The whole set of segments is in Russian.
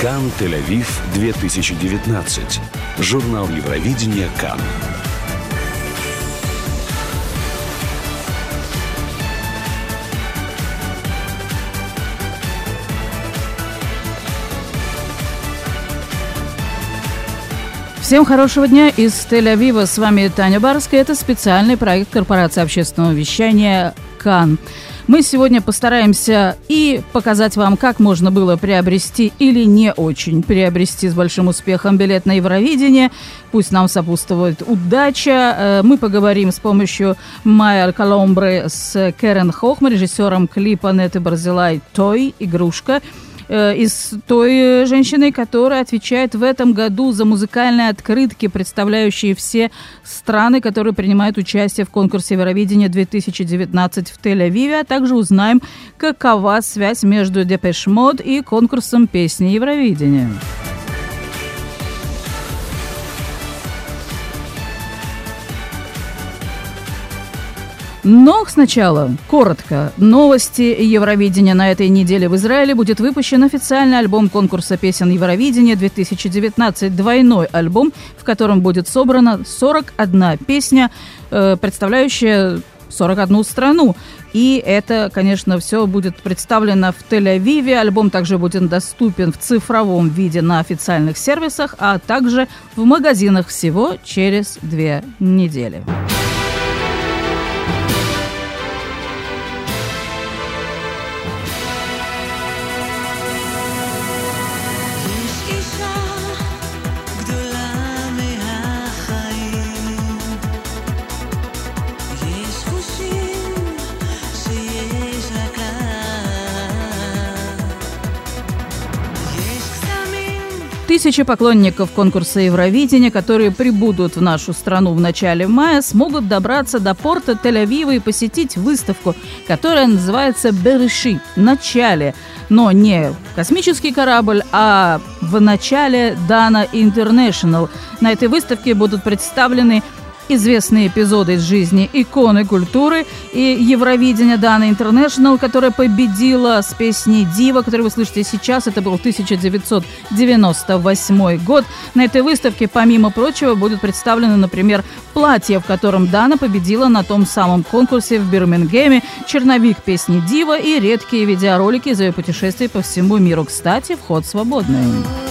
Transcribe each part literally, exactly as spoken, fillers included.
Кан Тель-Авив-две тысячи девятнадцать. Журнал Евровидения Кан. Всем хорошего дня из Тель-Авива. С вами Таня Барская. Это специальный проект корпорации общественного вещания Кан. Мы сегодня постараемся и показать вам, как можно было приобрести или не очень приобрести с большим успехом билет на Евровидение. Пусть нам сопутствует удача. Мы поговорим с помощью Майя Коломбры с Керен Хохма, режиссером клипа Неты Барзилай «Той», «Игрушка», и с той женщиной, которая отвечает в этом году за музыкальные открытки, представляющие все страны, которые принимают участие в конкурсе Евровидения две тысячи девятнадцать в Тель-Авиве, а также узнаем, какова связь между Депеш Мод и конкурсом песни Евровидения. Но сначала, коротко, новости Евровидения. На этой неделе в Израиле будет выпущен официальный альбом конкурса песен Евровидения две тысячи девятнадцать. Двойной альбом, в котором будет собрана сорок одна песня, представляющая сорок одну страну. И это, конечно, все будет представлено в Тель-Авиве. Альбом также будет доступен в цифровом виде на официальных сервисах, а также в магазинах всего через две недели. Тысячи поклонников конкурса Евровидения, которые прибудут в нашу страну в начале мая, смогут добраться до порта Тель-Авива и посетить выставку, которая называется «Берешит» – «Начале». Но не космический корабль, а в начале Дана Интернешнл. На этой выставке будут представлены известные эпизоды из жизни иконы культуры и Евровидения Дана Интернешнл, которая победила с песней «Дива», которую вы слышите сейчас. Это был тысяча девятьсот девяносто восьмой год. На этой выставке, помимо прочего, будут представлены, например, платье, в котором Дана победила на том самом конкурсе в Бирмингеме, черновик песни «Дива» и редкие видеоролики из ее путешествий по всему миру. Кстати, вход свободный.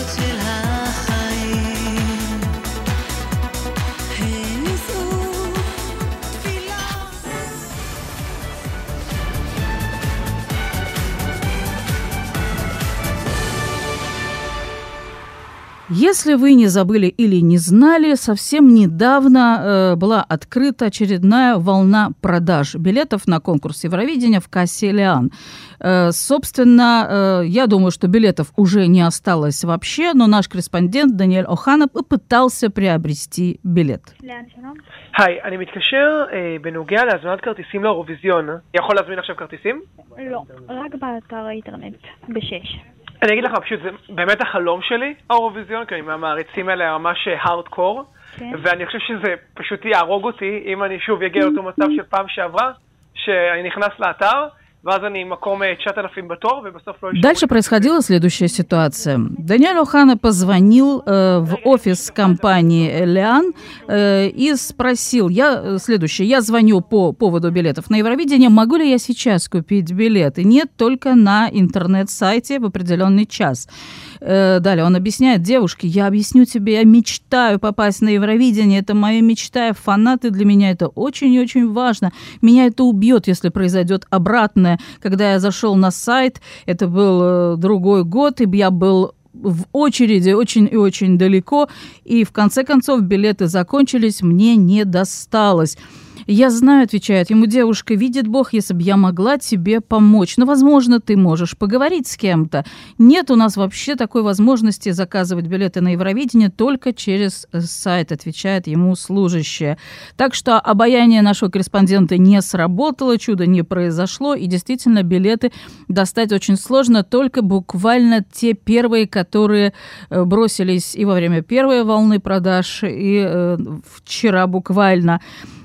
Если вы не забыли или не знали, совсем недавно э, была открыта очередная волна продаж билетов на конкурс Евровидения в кассе «Лиан». Э, собственно, э, я думаю, что билетов уже не осталось вообще, но наш корреспондент Даниэль Охана попытался приобрести билет. היי, אני מתקשר בנוגע להזמנת כרטיסים לאירוויזיון. יכול להזמין עכשיו כרטיסים? לא, רק באתר האינטרנט, בשש. אני אגיד לך, פשוט זה באמת החלום שלי, האירוויזיון, כי אני מהמעריצים האלה ממש הארדקור, ואני חושב שזה פשוט יהרוג אותי אם אני שוב אגיע לאותו מצב של פעם שעברה, שאני נכנס לאתר, ואז אני מקום תשעת אלפים בתור, ובסוף לא ישארו. Дальше происходила следующая ситуация. Даниэль Охана позвонил э, в офис компании «Лиан» э, и спросил, я, следующее, я звоню по поводу билетов на Евровидение, могу ли я сейчас купить билеты? Нет, только на интернет-сайте в определенный час. Э, далее он объясняет, девушке, я объясню тебе, я мечтаю попасть на Евровидение, это моя мечта, фанаты для меня это очень и очень важно. Меня это убьет, если произойдет обратное. Когда я зашел на сайт, это был другой год, и я был в очереди очень и очень далеко, и в конце концов билеты закончились, мне не досталось. «Я знаю», — отвечает ему девушка, — «видит Бог, если бы я могла тебе помочь. Но, возможно, ты можешь поговорить с кем-то. Нет у нас вообще такой возможности заказывать билеты на Евровидение только через сайт», — отвечает ему служащая. Так что обаяние нашего корреспондента не сработало, чудо не произошло, и действительно билеты достать очень сложно, только буквально те первые, которые бросились и во время первой волны продаж, и э, вчера буквально.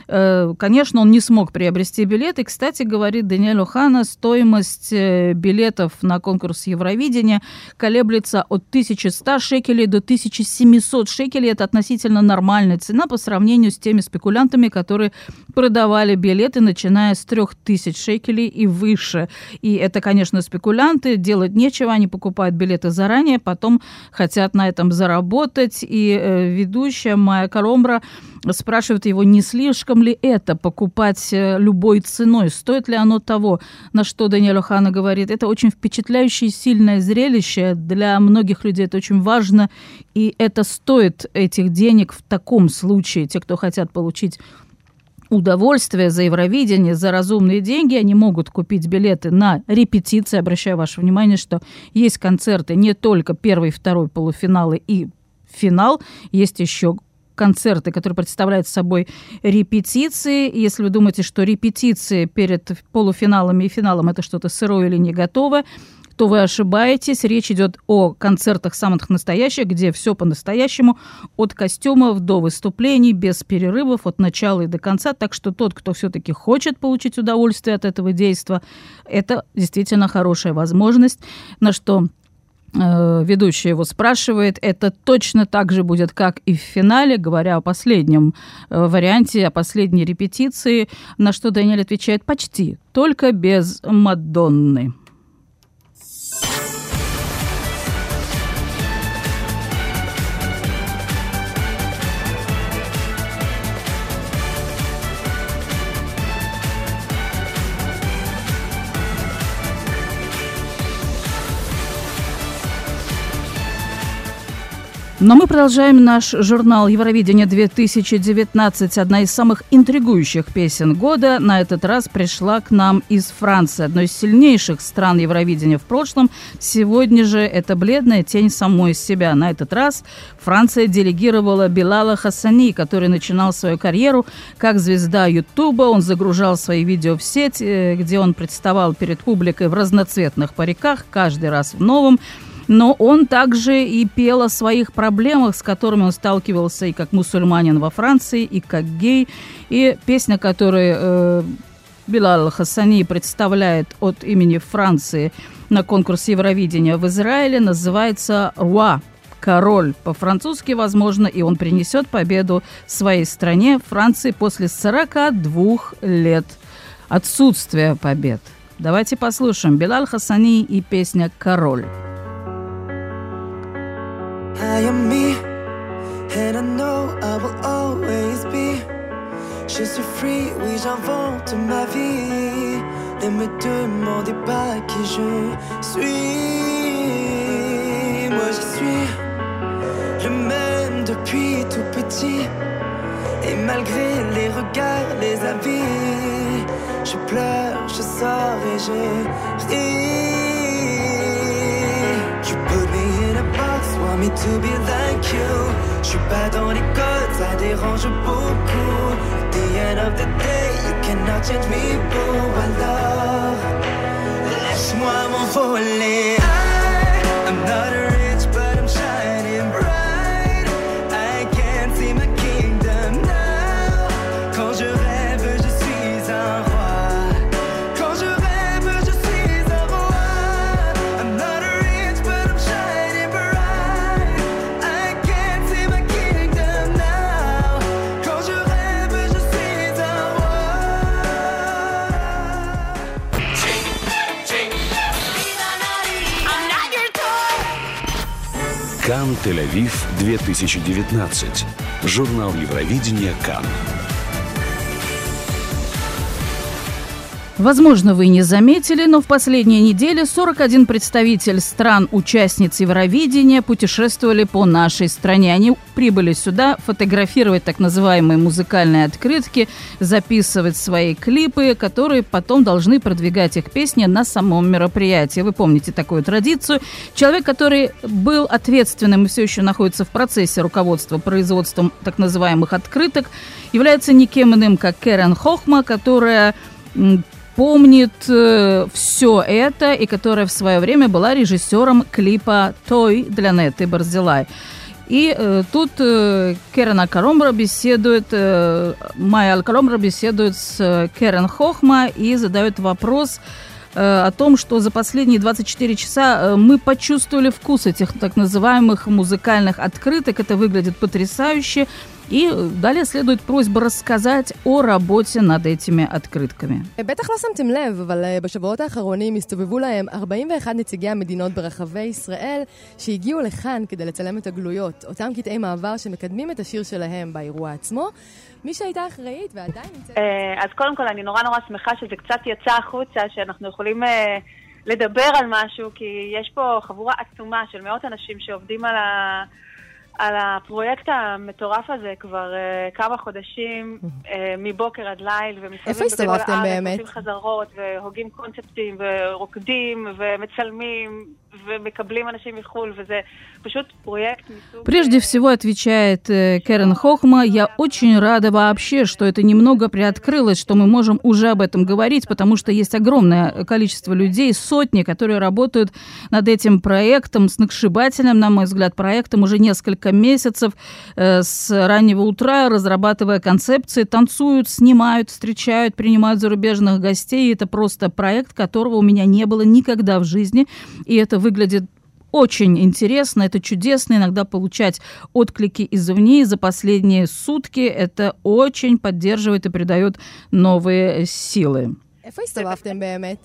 Конечно, он не смог приобрести билеты. Кстати, говорит Даниэль Охана, стоимость билетов на конкурс Евровидения колеблется от тысячи ста шекелей до тысячи семисот шекелей. Это относительно нормальная цена по сравнению с теми спекулянтами, которые продавали билеты, начиная с трех тысяч шекелей и выше. И это, конечно, спекулянты. Делать нечего, они покупают билеты заранее, потом хотят на этом заработать. И э, ведущая Майя Коломбра спрашивает его, не слишком ли это покупать любой ценой, стоит ли оно того, на что Даниэль Охана говорит. Это очень впечатляющее и сильное зрелище, для многих людей это очень важно, и это стоит этих денег в таком случае. Те, кто хотят получить удовольствие за Евровидение, за разумные деньги, они могут купить билеты на репетиции. Обращаю ваше внимание, что есть концерты не только первый, второй полуфиналы и финал, есть еще концерты, которые представляют собой репетиции. Если вы думаете, что репетиции перед полуфиналами и финалом это что-то сырое или не готово, то вы ошибаетесь. Речь идет о концертах самых настоящих, где все по-настоящему, от костюмов до выступлений, без перерывов, от начала и до конца. Так что тот, кто все-таки хочет получить удовольствие от этого действия, это действительно хорошая возможность. На что ведущий его спрашивает, это точно так же будет, как и в финале, говоря о последнем варианте, о последней репетиции, на что Даниэль отвечает, почти, только без Мадонны. Но мы продолжаем наш журнал «Евровидение две тысячи девятнадцать». Одна из самых интригующих песен года на этот раз пришла к нам из Франции, одной из сильнейших стран Евровидения в прошлом. Сегодня же это бледная тень самой себя. На этот раз Франция делегировала Билала Хассани, который начинал свою карьеру как звезда Ютуба. Он загружал свои видео в сеть, где он представал перед публикой в разноцветных париках, каждый раз в новом. Но он также и пел о своих проблемах, с которыми он сталкивался и как мусульманин во Франции, и как гей. И песня, которую э, Билал Хассани представляет от имени Франции на конкурс Евровидения в Израиле, называется «Руа», «Король». По-французски, возможно, и он принесет победу своей стране, Франции, после сорока двух лет отсутствия побед. Давайте послушаем Билал Хассани и песня «Король». I am me, and I know I will always be. Je suis free, oui j'invente ma vie. Ne me demandez pas qui je suis. Moi je suis le même depuis tout petit. Et malgré les regards, les avis, je pleure, je sors et je ris. You put me in a box, want me to be like you. Je suis pas dans les codes, ça dérange beaucoup. At the end of the day, you cannot change me, boo. Alors, laisse-moi m'envoler. I, I'm not rich, but I'm shining bright. I can't see my kingdom now. Quand je rêve, je suis un roi. Quand je rêve, je suis un roi. I'm not rich, but I'm shining bright. I can't see my kingdom now. Quand je rêve, je suis un roi. I'm not your toy. Cannes Тель-Авив две тысячи девятнадцать. Журнал Евровидения «Cannes». Возможно, вы не заметили, но в последние недели сорок один представитель стран-участниц Евровидения путешествовали по нашей стране. Они прибыли сюда фотографировать так называемые музыкальные открытки, записывать свои клипы, которые потом должны продвигать их песни на самом мероприятии. Вы помните такую традицию. Человек, который был ответственным и все еще находится в процессе руководства производством так называемых открыток, является никем иным, как Керен Хохма, которая помнит э, все это и которая в свое время была режиссером клипа «Той» для Неты Барзилай. И э, тут э, Керен Алкаломбра беседует, э, Майя Алкаломбра беседует с э, Керен Хохма и задает вопрос э, о том, что за последние двадцать четыре часа э, мы почувствовали вкус этих так называемых музыкальных открыток. Это выглядит потрясающе. И далее следует просьба рассказать о работе над этими открытками. בטח לא שמתם לב, אבל בשבועות האחרונים הסתובבו להם ארבעים ואחת נציגי המדינות ברחבי ישראל שהגיעו לכאן כדי לצלם את הגלויות, אותם קטעי מעבר שמקדמים את השיר שלהם באירוע עצמו. מי שהייתה אחראית ועדיין נמצאת... אז קודם כל אני נורא נורא שמחה שזה קצת יצא החוצה, שאנחנו יכולים לדבר על משהו, כי יש פה חבורה עצומה של מאות אנשים שעובדים על ה... על הפרויקט המטורף הזה כבר uh, כמה חודשים, uh, מבוקר עד ליל, ומסתובבים בכל הארץ, עושים חזרות, והוגים קונספטים, ורוקדים, ומצלמים, ומקבלים אנשים מחול, וזה פשוט проект. Прежде всего, отвечает э, Керен Хохма, я очень рада вообще, что это немного приоткрылось, что мы можем уже об этом говорить, потому что есть огромное количество людей, сотни, которые работают над этим проектом, сногсшибательным, на мой взгляд, проектом уже несколько месяцев, э, с раннего утра, разрабатывая концепции, танцуют, снимают, встречают, принимают зарубежных гостей. Это просто проект, которого у меня не было никогда в жизни, и это выглядит очень интересно, это чудесно, иногда получать отклики извне. За последние сутки это очень поддерживает и придает новые силы. איפה הסתובבתם באמת?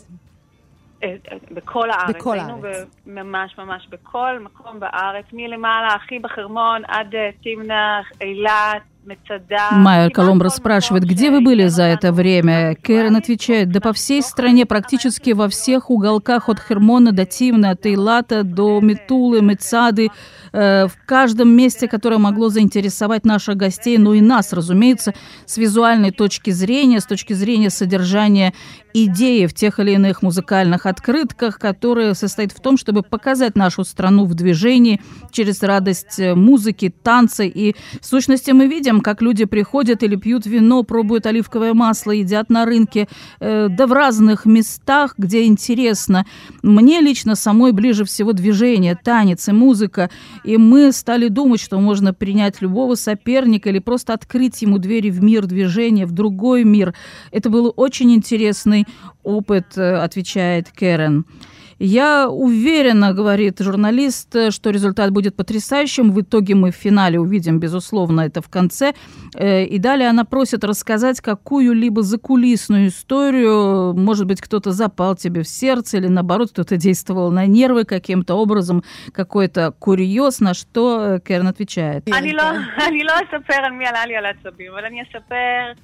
בכל הארץ. היינו ממש ממש בכל מקום בארץ, מלמעלה, הכי בחרמון, עד תמנע, אילת, Майя Алкаломбра спрашивает, где вы были за это время? Керен отвечает, да по всей стране, практически во всех уголках от Хермона до Тимны, от Эйлата до Метулы, Мецады, э, в каждом месте, которое могло заинтересовать наших гостей, ну и нас, разумеется, с визуальной точки зрения, с точки зрения содержания идеи в тех или иных музыкальных открытках, которые состоят в том, чтобы показать нашу страну в движении через радость музыки, танца. И в сущности мы видим, как люди приходят или пьют вино, пробуют оливковое масло, едят на рынке, э, да в разных местах, где интересно. Мне лично самой ближе всего движение, танец и музыка. И мы стали думать, что можно принять любого соперника или просто открыть ему двери в мир движения, в другой мир. Это был очень интересный опыт, отвечает Керен. Я уверена, говорит журналист, что результат будет потрясающим. В итоге мы в финале увидим, безусловно, это в конце. И далее она просит рассказать какую-либо закулисную историю. Может быть, кто-то запал тебе в сердце или, наоборот, кто-то действовал на нервы каким-то образом, какой-то курьез, на что Керен отвечает. אני לא אספר על מי עלה לי על העצבים, אבל אני אספר...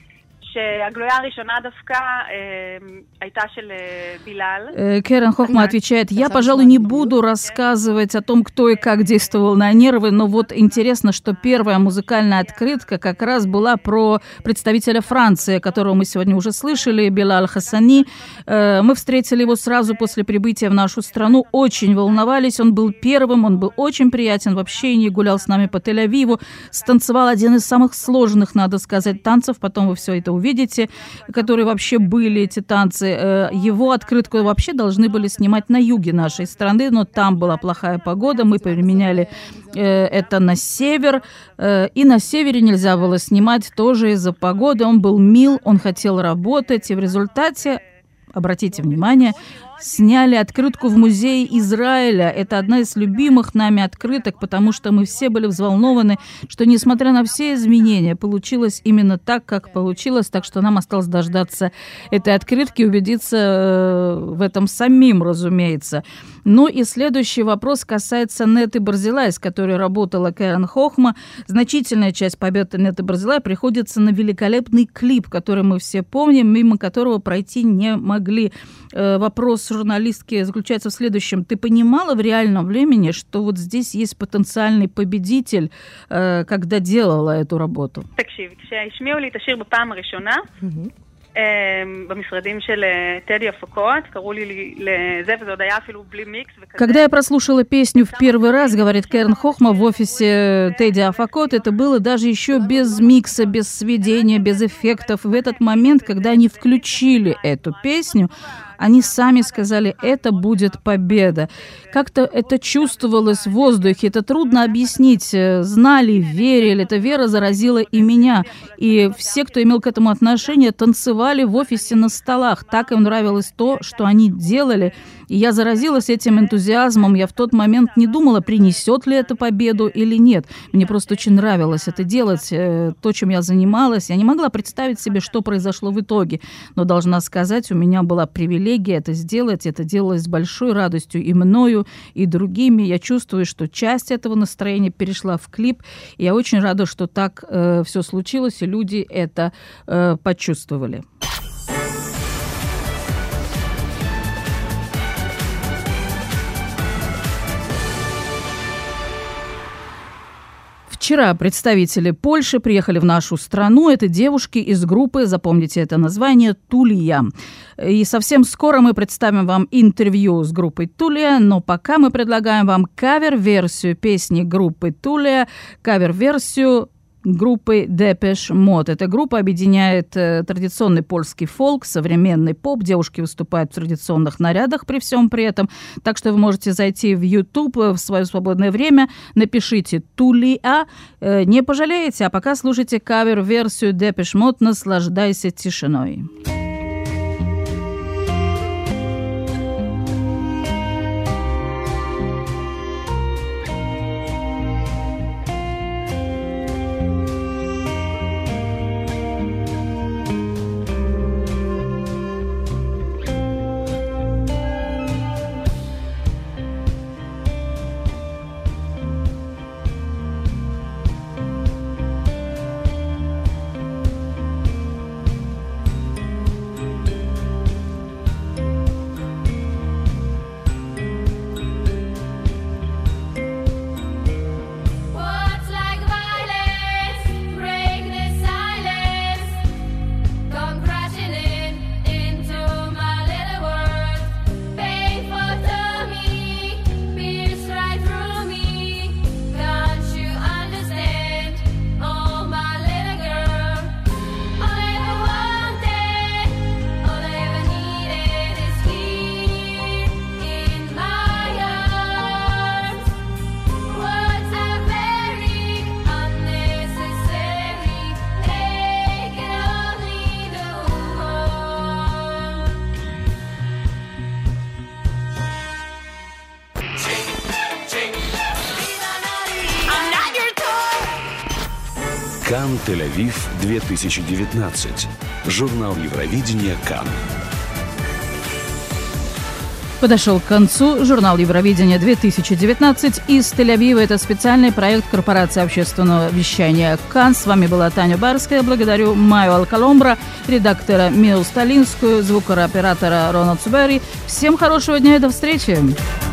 Керен Хохма отвечает, я, пожалуй, не буду рассказывать о том, кто и как действовал на нервы, но вот интересно, что первая музыкальная открытка как раз была про представителя Франции, которого мы сегодня уже слышали, Белал Хасани. Мы встретили его сразу после прибытия в нашу страну, очень волновались, он был первым, он был очень приятен в общении, гулял с нами по Тель-Авиву, станцевал один из самых сложных, надо сказать, танцев, потом вы все это увидите, которые вообще были, эти танцы. Его открытку вообще должны были снимать на юге нашей страны, но там была плохая погода, мы поменяли это на север, и на севере нельзя было снимать тоже из-за погоды. Он был мил, он хотел работать, и в результате, обратите внимание, сняли открытку в музее Израиля. Это одна из любимых нами открыток, потому что мы все были взволнованы, что, несмотря на все изменения, получилось именно так, как получилось, так что нам осталось дождаться этой открытки, убедиться в этом самим, разумеется. Ну и следующий вопрос касается Неты Барзилай, с которой работала Керен Хохма. Значительная часть победы Неты Барзилай приходится на великолепный клип, который мы все помним, мимо которого пройти не могли. Вопрос журналистки заключается в следующем. Ты понимала в реальном времени, что вот здесь есть потенциальный победитель, когда делала эту работу? תקשיב, כשהשמיעו לי את השיר בפעם הראשונה, במשרדים של טדי הפקות, קראו לי לזה, וזה עוד היה אפילו בלי מיקס. Когда я прослушала песню в первый раз, говорит Керен Хохма, в офисе Теди Афакот, это было даже еще без микса, без сведения, без эффектов. В этот момент, когда они включили эту песню, Они сами сказали, это будет победа. Как-то это чувствовалось в воздухе, это трудно объяснить. Знали, верили, эта вера заразила и меня. И все, кто имел к этому отношение, танцевали в офисе на столах. Так им нравилось то, что они делали. И я заразилась этим энтузиазмом. Я в тот момент не думала, принесет ли это победу или нет. Мне просто очень нравилось это делать, то, чем я занималась. Я не могла представить себе, что произошло в итоге. Но должна сказать, у меня была привилегия это сделать. Это делалось с большой радостью и мною, и другими. Я чувствую, что часть этого настроения перешла в клип. И я очень рада, что так э, все случилось, и люди это э, почувствовали. Вчера представители Польши приехали в нашу страну. Это девушки из группы, запомните это название, «Тулия». И совсем скоро мы представим вам интервью с группой «Тулия», но пока мы предлагаем вам кавер-версию песни группы «Тулия», кавер-версию группы Depeche Mode. Эта группа объединяет э, традиционный польский фолк, современный поп. Девушки выступают в традиционных нарядах при всем при этом. Так что вы можете зайти в YouTube в свое свободное время, напишите «Тулия», э, не пожалеете, а пока слушайте кавер-версию Depeche Mode «Наслаждайся тишиной». Cannes Тель-Авив две тысячи девятнадцать. Журнал Евровидения «Cannes». Подошел к концу журнал Евровидения две тысячи девятнадцать из Тель-Авива. Это специальный проект корпорации общественного вещания «Cannes». С вами была Таня Барская. Благодарю Майю Алкаломбра, редактора Милу Сталинскую, звукооператора Рона Цубери. Всем хорошего дня и до встречи!